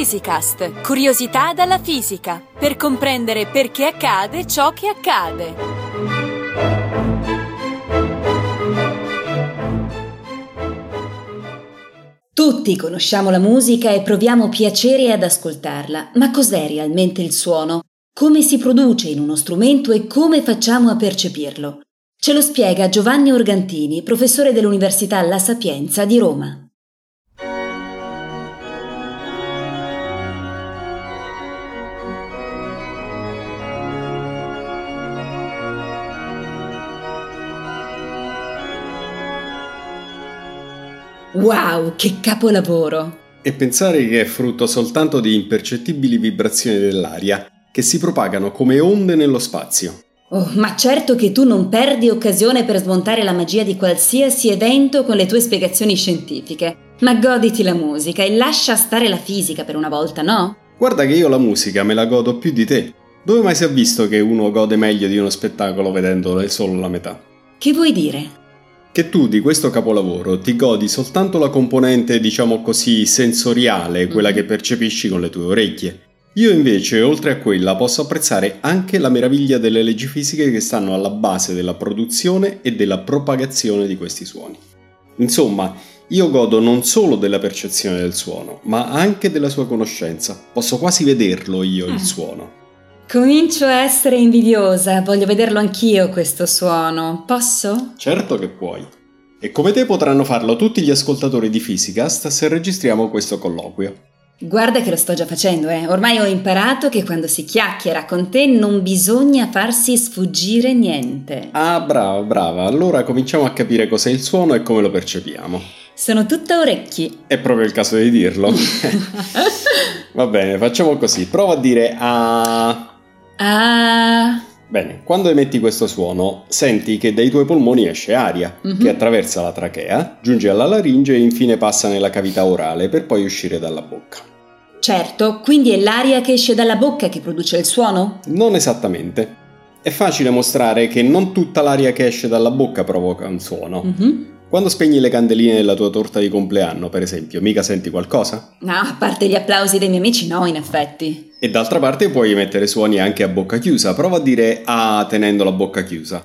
Fisicast, curiosità dalla fisica, per comprendere perché accade ciò che accade. Tutti conosciamo la musica e proviamo piacere ad ascoltarla, ma cos'è realmente il suono? Come si produce in uno strumento e come facciamo a percepirlo? Ce lo spiega Giovanni Organtini, professore dell'Università La Sapienza di Roma. Wow, che capolavoro! E pensare che è frutto soltanto di impercettibili vibrazioni dell'aria che si propagano come onde nello spazio. Oh, ma certo che tu non perdi occasione per smontare la magia di qualsiasi evento con le tue spiegazioni scientifiche. Ma goditi la musica e lascia stare la fisica per una volta, no? Guarda che io la musica me la godo più di te. Dove mai si è visto che uno gode meglio di uno spettacolo vedendone solo la metà? Che vuoi dire? Che tu di questo capolavoro ti godi soltanto la componente, diciamo così, sensoriale, quella che percepisci con le tue orecchie. Io invece, oltre a quella, posso apprezzare anche la meraviglia delle leggi fisiche che stanno alla base della produzione e della propagazione di questi suoni. Insomma, io godo non solo della percezione del suono, ma anche della sua conoscenza. Posso quasi vederlo io, il suono. Comincio a essere invidiosa, voglio vederlo anch'io questo suono. Posso? Certo che puoi. E come te potranno farlo tutti gli ascoltatori di Fisicast se registriamo questo colloquio. Guarda che lo sto già facendo, Ormai ho imparato che quando si chiacchiera con te non bisogna farsi sfuggire niente. Ah, brava. Allora cominciamo a capire cos'è il suono e come lo percepiamo. Sono tutta orecchi. È proprio il caso di dirlo. Va bene, facciamo così. Prova a dire ah. Bene, quando emetti questo suono, senti che dai tuoi polmoni esce aria, che attraversa la trachea, giunge alla laringe e infine passa nella cavità orale per poi uscire dalla bocca. Certo, quindi è l'aria che esce dalla bocca che produce il suono? Non esattamente. È facile mostrare che non tutta l'aria che esce dalla bocca provoca un suono. Quando spegni le candeline della tua torta di compleanno, per esempio, mica senti qualcosa? No, a parte gli applausi dei miei amici, no, in effetti. E d'altra parte puoi emettere suoni anche a bocca chiusa. Prova a dire ah tenendo la bocca chiusa.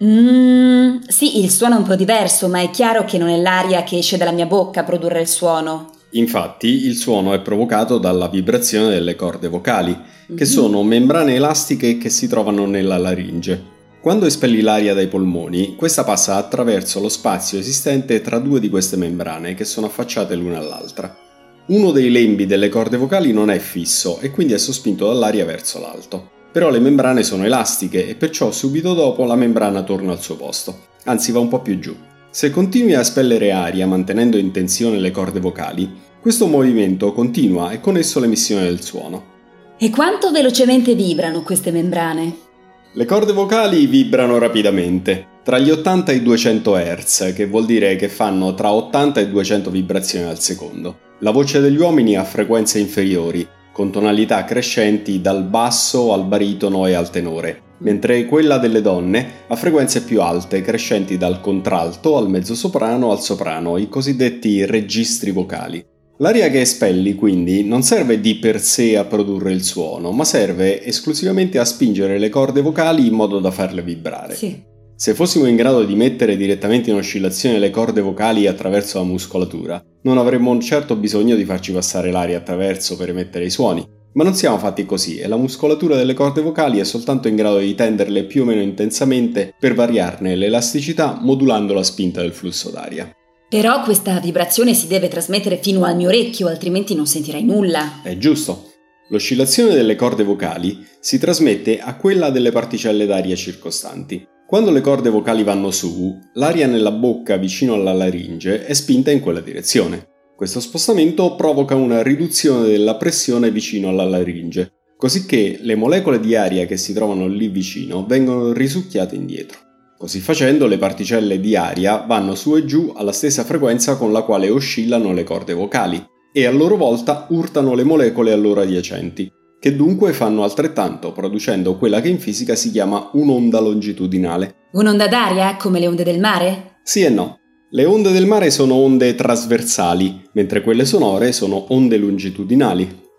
Sì, il suono è un po' diverso, ma è chiaro che non è l'aria che esce dalla mia bocca a produrre il suono. Infatti, il suono è provocato dalla vibrazione delle corde vocali, che sono membrane elastiche che si trovano nella laringe. Quando espelli l'aria dai polmoni, questa passa attraverso lo spazio esistente tra due di queste membrane che sono affacciate l'una all'altra. Uno dei lembi delle corde vocali non è fisso e quindi è sospinto dall'aria verso l'alto. Però le membrane sono elastiche e perciò subito dopo la membrana torna al suo posto, anzi va un po' più giù. Se continui a espellere aria mantenendo in tensione le corde vocali, questo movimento continua e con esso l'emissione del suono. E quanto velocemente vibrano queste membrane? Le corde vocali vibrano rapidamente, tra gli 80 e i 200 Hz, che vuol dire che fanno tra 80 e 200 vibrazioni al secondo. La voce degli uomini ha frequenze inferiori, con tonalità crescenti dal basso al baritono e al tenore, mentre quella delle donne ha frequenze più alte, crescenti dal contralto al mezzosoprano al soprano, i cosiddetti registri vocali. L'aria che espelli, quindi, non serve di per sé a produrre il suono, ma serve esclusivamente a spingere le corde vocali in modo da farle vibrare. Sì. Se fossimo in grado di mettere direttamente in oscillazione le corde vocali attraverso la muscolatura, non avremmo certo bisogno di farci passare l'aria attraverso per emettere i suoni, ma non siamo fatti così e la muscolatura delle corde vocali è soltanto in grado di tenderle più o meno intensamente per variarne l'elasticità modulando la spinta del flusso d'aria. Però questa vibrazione si deve trasmettere fino al mio orecchio, altrimenti non sentirai nulla. È giusto. L'oscillazione delle corde vocali si trasmette a quella delle particelle d'aria circostanti. Quando le corde vocali vanno su, l'aria nella bocca vicino alla laringe è spinta in quella direzione. Questo spostamento provoca una riduzione della pressione vicino alla laringe, cosicché le molecole di aria che si trovano lì vicino vengono risucchiate indietro. Così facendo le particelle di aria vanno su e giù alla stessa frequenza con la quale oscillano le corde vocali e a loro volta urtano le molecole a loro adiacenti, che dunque fanno altrettanto, producendo quella che in fisica si chiama un'onda longitudinale. Un'onda d'aria, come le onde del mare? Sì e no. Le onde del mare sono onde trasversali, mentre quelle sonore sono onde longitudinali.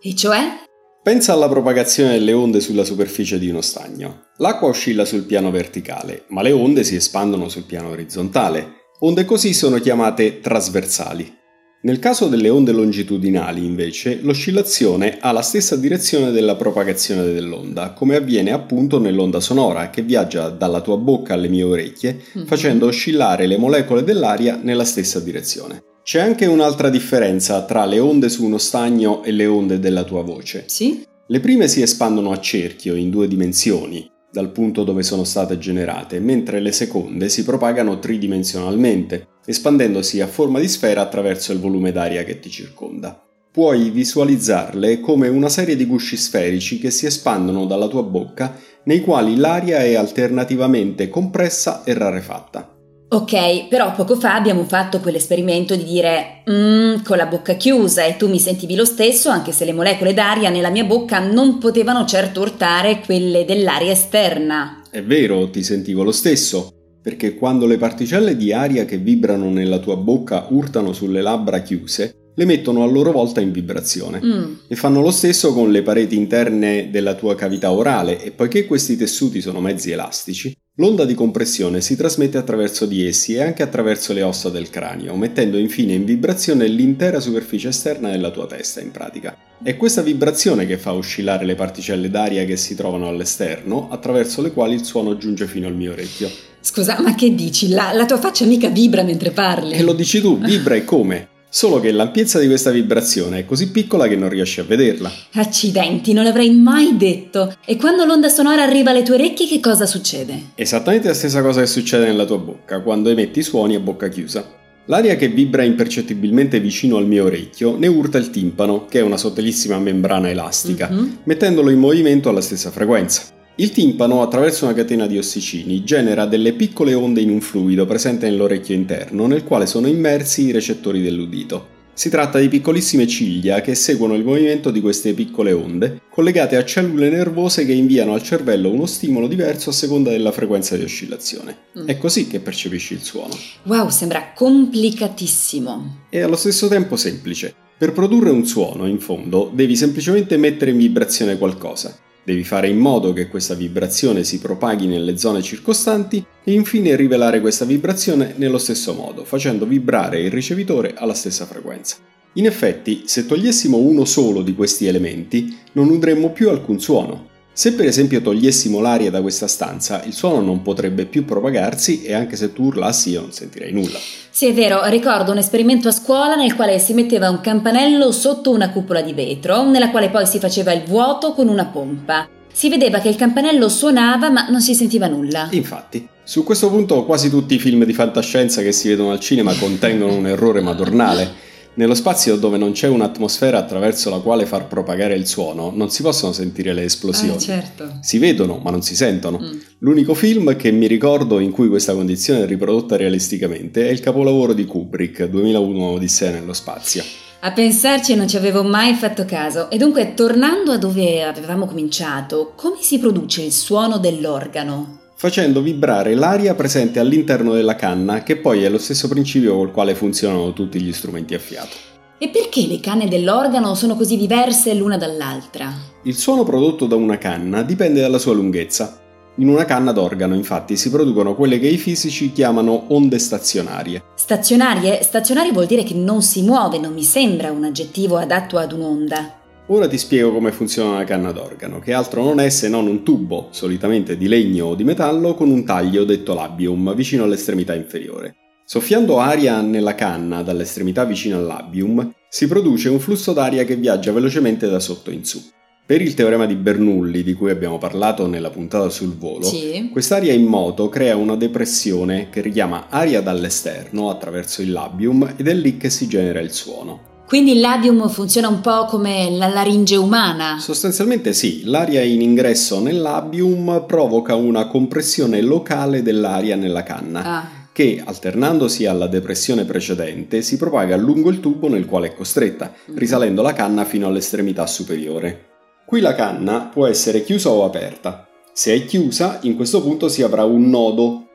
E cioè? Pensa alla propagazione delle onde sulla superficie di uno stagno. L'acqua oscilla sul piano verticale, ma le onde si espandono sul piano orizzontale. Onde così sono chiamate trasversali. Nel caso delle onde longitudinali, invece, l'oscillazione ha la stessa direzione della propagazione dell'onda, come avviene appunto nell'onda sonora, che viaggia dalla tua bocca alle mie orecchie, facendo oscillare le molecole dell'aria nella stessa direzione. C'è anche un'altra differenza tra le onde su uno stagno e le onde della tua voce. Sì? Le prime si espandono a cerchio in 2 dimensioni, dal punto dove sono state generate, mentre le seconde si propagano tridimensionalmente, espandendosi a forma di sfera attraverso il volume d'aria che ti circonda. Puoi visualizzarle come una serie di gusci sferici che si espandono dalla tua bocca, nei quali l'aria è alternativamente compressa e rarefatta. Ok, però poco fa abbiamo fatto quell'esperimento di dire con la bocca chiusa e tu mi sentivi lo stesso, anche se le molecole d'aria nella mia bocca non potevano certo urtare quelle dell'aria esterna. È vero, ti sentivo lo stesso, perché quando le particelle di aria che vibrano nella tua bocca urtano sulle labbra chiuse, le mettono a loro volta in vibrazione. E fanno lo stesso con le pareti interne della tua cavità orale e poiché questi tessuti sono mezzi elastici, l'onda di compressione si trasmette attraverso di essi e anche attraverso le ossa del cranio, mettendo infine in vibrazione l'intera superficie esterna della tua testa, in pratica. È questa vibrazione che fa oscillare le particelle d'aria che si trovano all'esterno, attraverso le quali il suono giunge fino al mio orecchio. Scusa, ma che dici? La tua faccia mica vibra mentre parli. E lo dici tu, vibra e come? Solo che l'ampiezza di questa vibrazione è così piccola che non riesci a vederla. Accidenti, non l'avrei mai detto. E quando l'onda sonora arriva alle tue orecchie, che cosa succede? Esattamente la stessa cosa che succede nella tua bocca, quando emetti suoni a bocca chiusa. L'aria che vibra impercettibilmente vicino al mio orecchio ne urta il timpano, che è una sottilissima membrana elastica, mettendolo in movimento alla stessa frequenza. Il timpano, attraverso una catena di ossicini, genera delle piccole onde in un fluido presente nell'orecchio interno, nel quale sono immersi i recettori dell'udito. Si tratta di piccolissime ciglia che seguono il movimento di queste piccole onde, collegate a cellule nervose che inviano al cervello uno stimolo diverso a seconda della frequenza di oscillazione. È così che percepisci il suono. Wow, sembra complicatissimo. E allo stesso tempo semplice. Per produrre un suono, in fondo, devi semplicemente mettere in vibrazione qualcosa. Devi fare in modo che questa vibrazione si propaghi nelle zone circostanti e infine rivelare questa vibrazione nello stesso modo, facendo vibrare il ricevitore alla stessa frequenza. In effetti, se togliessimo uno solo di questi elementi, non udremmo più alcun suono. Se per esempio togliessimo l'aria da questa stanza, il suono non potrebbe più propagarsi e anche se tu urlassi io non sentirei nulla. Sì, è vero, ricordo un esperimento a scuola nel quale si metteva un campanello sotto una cupola di vetro, nella quale poi si faceva il vuoto con una pompa. Si vedeva che il campanello suonava ma non si sentiva nulla. Infatti, su questo punto quasi tutti i film di fantascienza che si vedono al cinema contengono un errore madornale. Nello spazio dove non c'è un'atmosfera attraverso la quale far propagare il suono, non si possono sentire le esplosioni. Certo. Si vedono, ma non si sentono. L'unico film che mi ricordo in cui questa condizione è riprodotta realisticamente è il capolavoro di Kubrick, 2001 Odissea nello spazio. A pensarci non ci avevo mai fatto caso. E dunque, tornando a dove avevamo cominciato, come si produce il suono dell'organo? Facendo vibrare l'aria presente all'interno della canna, che poi è lo stesso principio col quale funzionano tutti gli strumenti a fiato. E perché le canne dell'organo sono così diverse l'una dall'altra? Il suono prodotto da una canna dipende dalla sua lunghezza. In una canna d'organo, infatti, si producono quelle che i fisici chiamano onde stazionarie. Stazionarie? Stazionarie vuol dire che non si muove, non mi sembra un aggettivo adatto ad un'onda. Ora ti spiego come funziona una canna d'organo, che altro non è se non un tubo, solitamente di legno o di metallo, con un taglio detto labium vicino all'estremità inferiore. Soffiando aria nella canna dall'estremità vicina al labium, si produce un flusso d'aria che viaggia velocemente da sotto in su. Per il teorema di Bernoulli, di cui abbiamo parlato nella puntata sul volo, quest'aria in moto crea una depressione che richiama aria dall'esterno attraverso il labium ed è lì che si genera il suono. Quindi il labium funziona un po' come la laringe umana? Sostanzialmente sì, l'aria in ingresso nel labium provoca una compressione locale dell'aria nella canna, che, alternandosi alla depressione precedente, si propaga lungo il tubo nel quale è costretta, risalendo la canna fino all'estremità superiore. Qui la canna può essere chiusa o aperta. Se è chiusa, in questo punto si avrà un nodo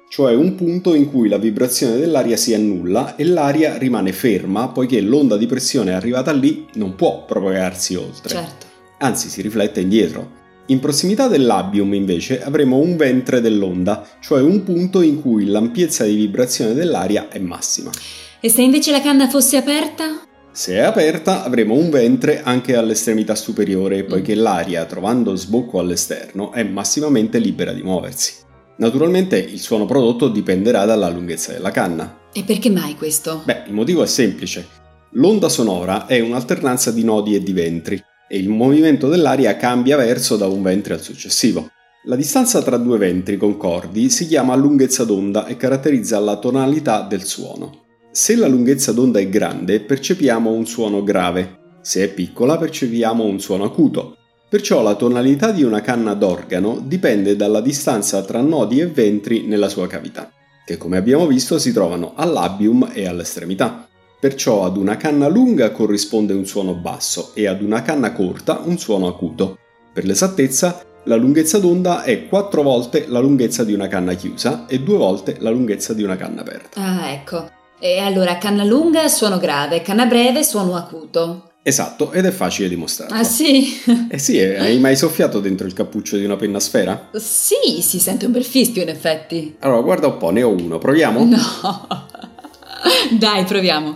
cioè un punto in cui la vibrazione dell'aria si annulla e l'aria rimane ferma poiché l'onda di pressione arrivata lì non può propagarsi oltre. Certo. Anzi, si riflette indietro. In prossimità del labium, invece, avremo un ventre dell'onda, cioè un punto in cui l'ampiezza di vibrazione dell'aria è massima. E se invece la canna fosse aperta? Se è aperta, avremo un ventre anche all'estremità superiore, poiché l'aria, trovando sbocco all'esterno, è massimamente libera di muoversi. Naturalmente, il suono prodotto dipenderà dalla lunghezza della canna. E perché mai questo? Il motivo è semplice. L'onda sonora è un'alternanza di nodi e di ventri, e il movimento dell'aria cambia verso da un ventre al successivo. La distanza tra due ventri concordi si chiama lunghezza d'onda e caratterizza la tonalità del suono. Se la lunghezza d'onda è grande, percepiamo un suono grave. Se è piccola, percepiamo un suono acuto. Perciò la tonalità di una canna d'organo dipende dalla distanza tra nodi e ventri nella sua cavità, che come abbiamo visto si trovano al labium e all'estremità. Perciò ad una canna lunga corrisponde un suono basso e ad una canna corta un suono acuto. Per l'esattezza, la lunghezza d'onda è 4 volte la lunghezza di una canna chiusa e 2 volte la lunghezza di una canna aperta. Ah, ecco. E allora canna lunga suono grave, canna breve suono acuto. Esatto, ed è facile dimostrarlo. Ah sì? Sì, hai mai soffiato dentro il cappuccio di una penna a sfera? Sì, si sente un bel fischio in effetti. Allora, guarda un po', ne ho uno, proviamo? No. Dai, proviamo.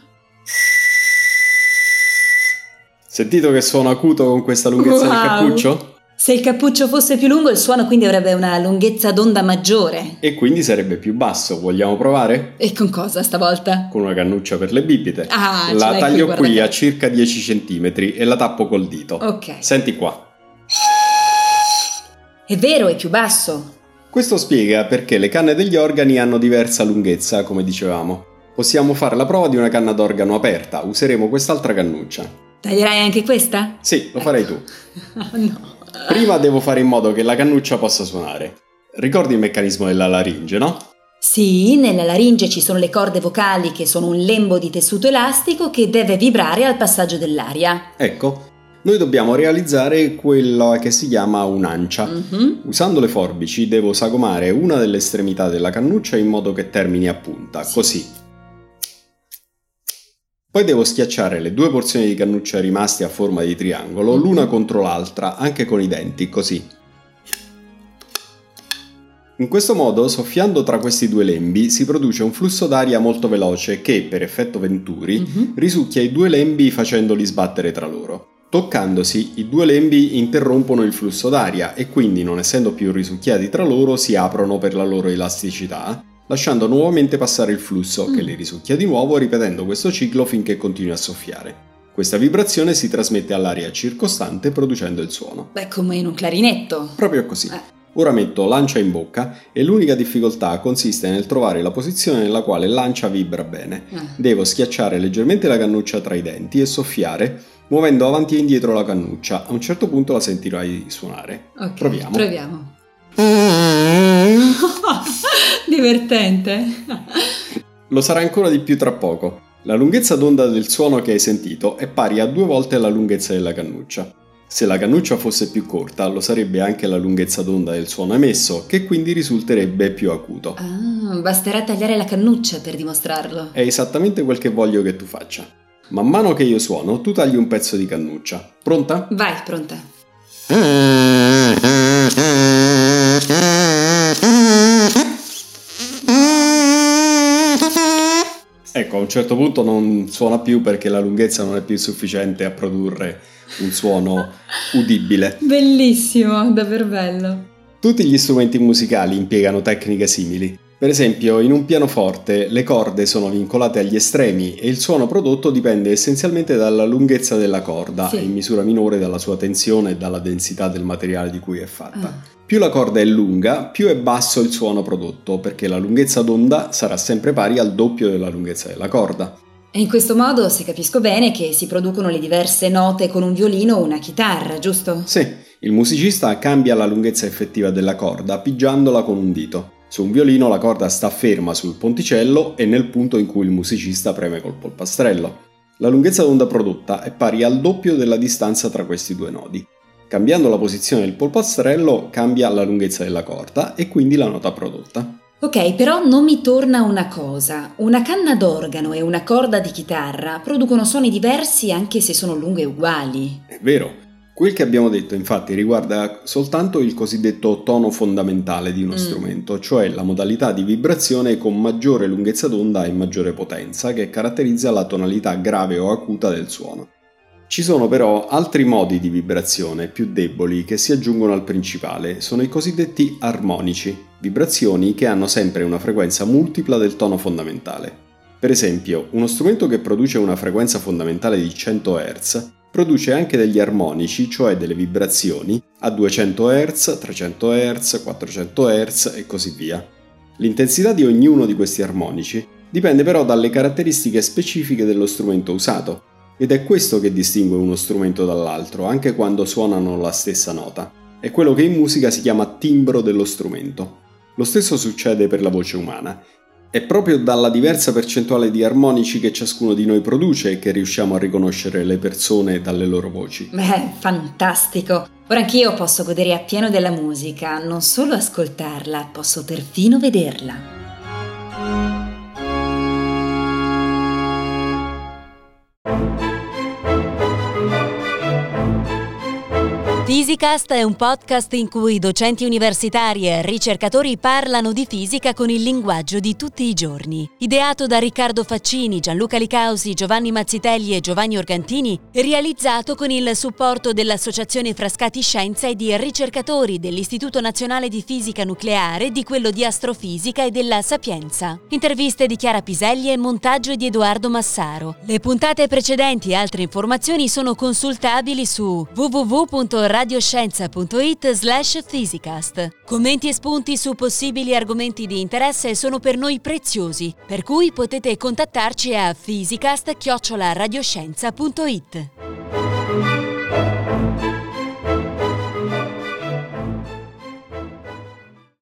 Sentito che suono acuto con questa lunghezza del cappuccio? Se il cappuccio fosse più lungo, il suono quindi avrebbe una lunghezza d'onda maggiore. E quindi sarebbe più basso. Vogliamo provare? E con cosa stavolta? Con una cannuccia per le bibite. Ah, la taglio qui a che... circa 10 cm e la tappo col dito. Ok. Senti qua. È vero, è più basso. Questo spiega perché le canne degli organi hanno diversa lunghezza, come dicevamo. Possiamo fare la prova di una canna d'organo aperta. Useremo quest'altra cannuccia. Taglierai anche questa? Sì, lo farai tu. No. Prima devo fare in modo che la cannuccia possa suonare. Ricordi il meccanismo della laringe, no? Sì, nella laringe ci sono le corde vocali che sono un lembo di tessuto elastico che deve vibrare al passaggio dell'aria. Ecco, noi dobbiamo realizzare quella che si chiama un'ancia. Usando le forbici devo sagomare una delle estremità della cannuccia in modo che termini a punta, sì. Così. Poi devo schiacciare le 2 porzioni di cannuccia rimaste a forma di triangolo, l'una contro l'altra, anche con i denti, così. In questo modo, soffiando tra questi 2 lembi, si produce un flusso d'aria molto veloce che, per effetto Venturi, risucchia i 2 lembi facendoli sbattere tra loro. Toccandosi, i 2 lembi interrompono il flusso d'aria e quindi, non essendo più risucchiati tra loro, si aprono per la loro elasticità, lasciando nuovamente passare il flusso, che li risucchia di nuovo, ripetendo questo ciclo finché continua a soffiare. Questa vibrazione si trasmette all'aria circostante producendo il suono. Beh, come in un clarinetto. Proprio così. Ora metto l'ancia in bocca e l'unica difficoltà consiste nel trovare la posizione nella quale l'ancia vibra bene. Devo schiacciare leggermente la cannuccia tra i denti e soffiare, muovendo avanti e indietro la cannuccia. A un certo punto la sentirai suonare. Ok, proviamo. Divertente. Lo sarà ancora di più tra poco. La lunghezza d'onda del suono che hai sentito è pari a 2 volte la lunghezza della cannuccia. Se la cannuccia fosse più corta, lo sarebbe anche la lunghezza d'onda del suono emesso, che quindi risulterebbe più acuto. Ah, basterà tagliare la cannuccia per dimostrarlo. È esattamente quel che voglio che tu faccia. Man mano che io suono, tu tagli un pezzo di cannuccia. Pronta? Vai, pronta. Ecco, a un certo punto non suona più perché la lunghezza non è più sufficiente a produrre un suono udibile. Bellissimo, davvero bello. Tutti gli strumenti musicali impiegano tecniche simili. Per esempio, in un pianoforte le corde sono vincolate agli estremi e il suono prodotto dipende essenzialmente dalla lunghezza della corda e in misura minore dalla sua tensione e dalla densità del materiale di cui è fatta. Più la corda è lunga, più è basso il suono prodotto, perché la lunghezza d'onda sarà sempre pari al doppio della lunghezza della corda. E in questo modo, se capisco bene, che si producono le diverse note con un violino o una chitarra, giusto? Sì, il musicista cambia la lunghezza effettiva della corda pigiandola con un dito. Su un violino la corda sta ferma sul ponticello e nel punto in cui il musicista preme col polpastrello. La lunghezza d'onda prodotta è pari al doppio della distanza tra questi 2 nodi. Cambiando la posizione del polpastrello cambia la lunghezza della corda e quindi la nota prodotta. Ok, però non mi torna una cosa. Una canna d'organo e una corda di chitarra producono suoni diversi anche se sono lunghe uguali. È vero. Quel che abbiamo detto infatti riguarda soltanto il cosiddetto tono fondamentale di uno strumento, cioè la modalità di vibrazione con maggiore lunghezza d'onda e maggiore potenza che caratterizza la tonalità grave o acuta del suono. Ci sono però altri modi di vibrazione più deboli che si aggiungono al principale, sono i cosiddetti armonici, vibrazioni che hanno sempre una frequenza multipla del tono fondamentale. Per esempio, uno strumento che produce una frequenza fondamentale di 100 Hz produce anche degli armonici, cioè delle vibrazioni, a 200 Hz, 300 Hz, 400 Hz e così via. L'intensità di ognuno di questi armonici dipende però dalle caratteristiche specifiche dello strumento usato, ed è questo che distingue uno strumento dall'altro, anche quando suonano la stessa nota. È quello che in musica si chiama timbro dello strumento. Lo stesso succede per la voce umana. È proprio dalla diversa percentuale di armonici che ciascuno di noi produce che riusciamo a riconoscere le persone dalle loro voci. Beh, fantastico! Ora anch'io posso godere appieno della musica, non solo ascoltarla, posso perfino vederla. Fisicast è un podcast in cui docenti universitari e ricercatori parlano di fisica con il linguaggio di tutti i giorni. Ideato da Riccardo Faccini, Gianluca Licausi, Giovanni Mazzitelli e Giovanni Organtini, realizzato con il supporto dell'Associazione Frascati Scienza e di ricercatori dell'Istituto Nazionale di Fisica Nucleare, di quello di Astrofisica e della Sapienza. Interviste di Chiara Piselli e montaggio di Edoardo Massaro. Le puntate precedenti e altre informazioni sono consultabili su www.radioscienza.it/Fisicast. Commenti e spunti su possibili argomenti di interesse sono per noi preziosi, per cui potete contattarci a fisicast@radioscienza.it.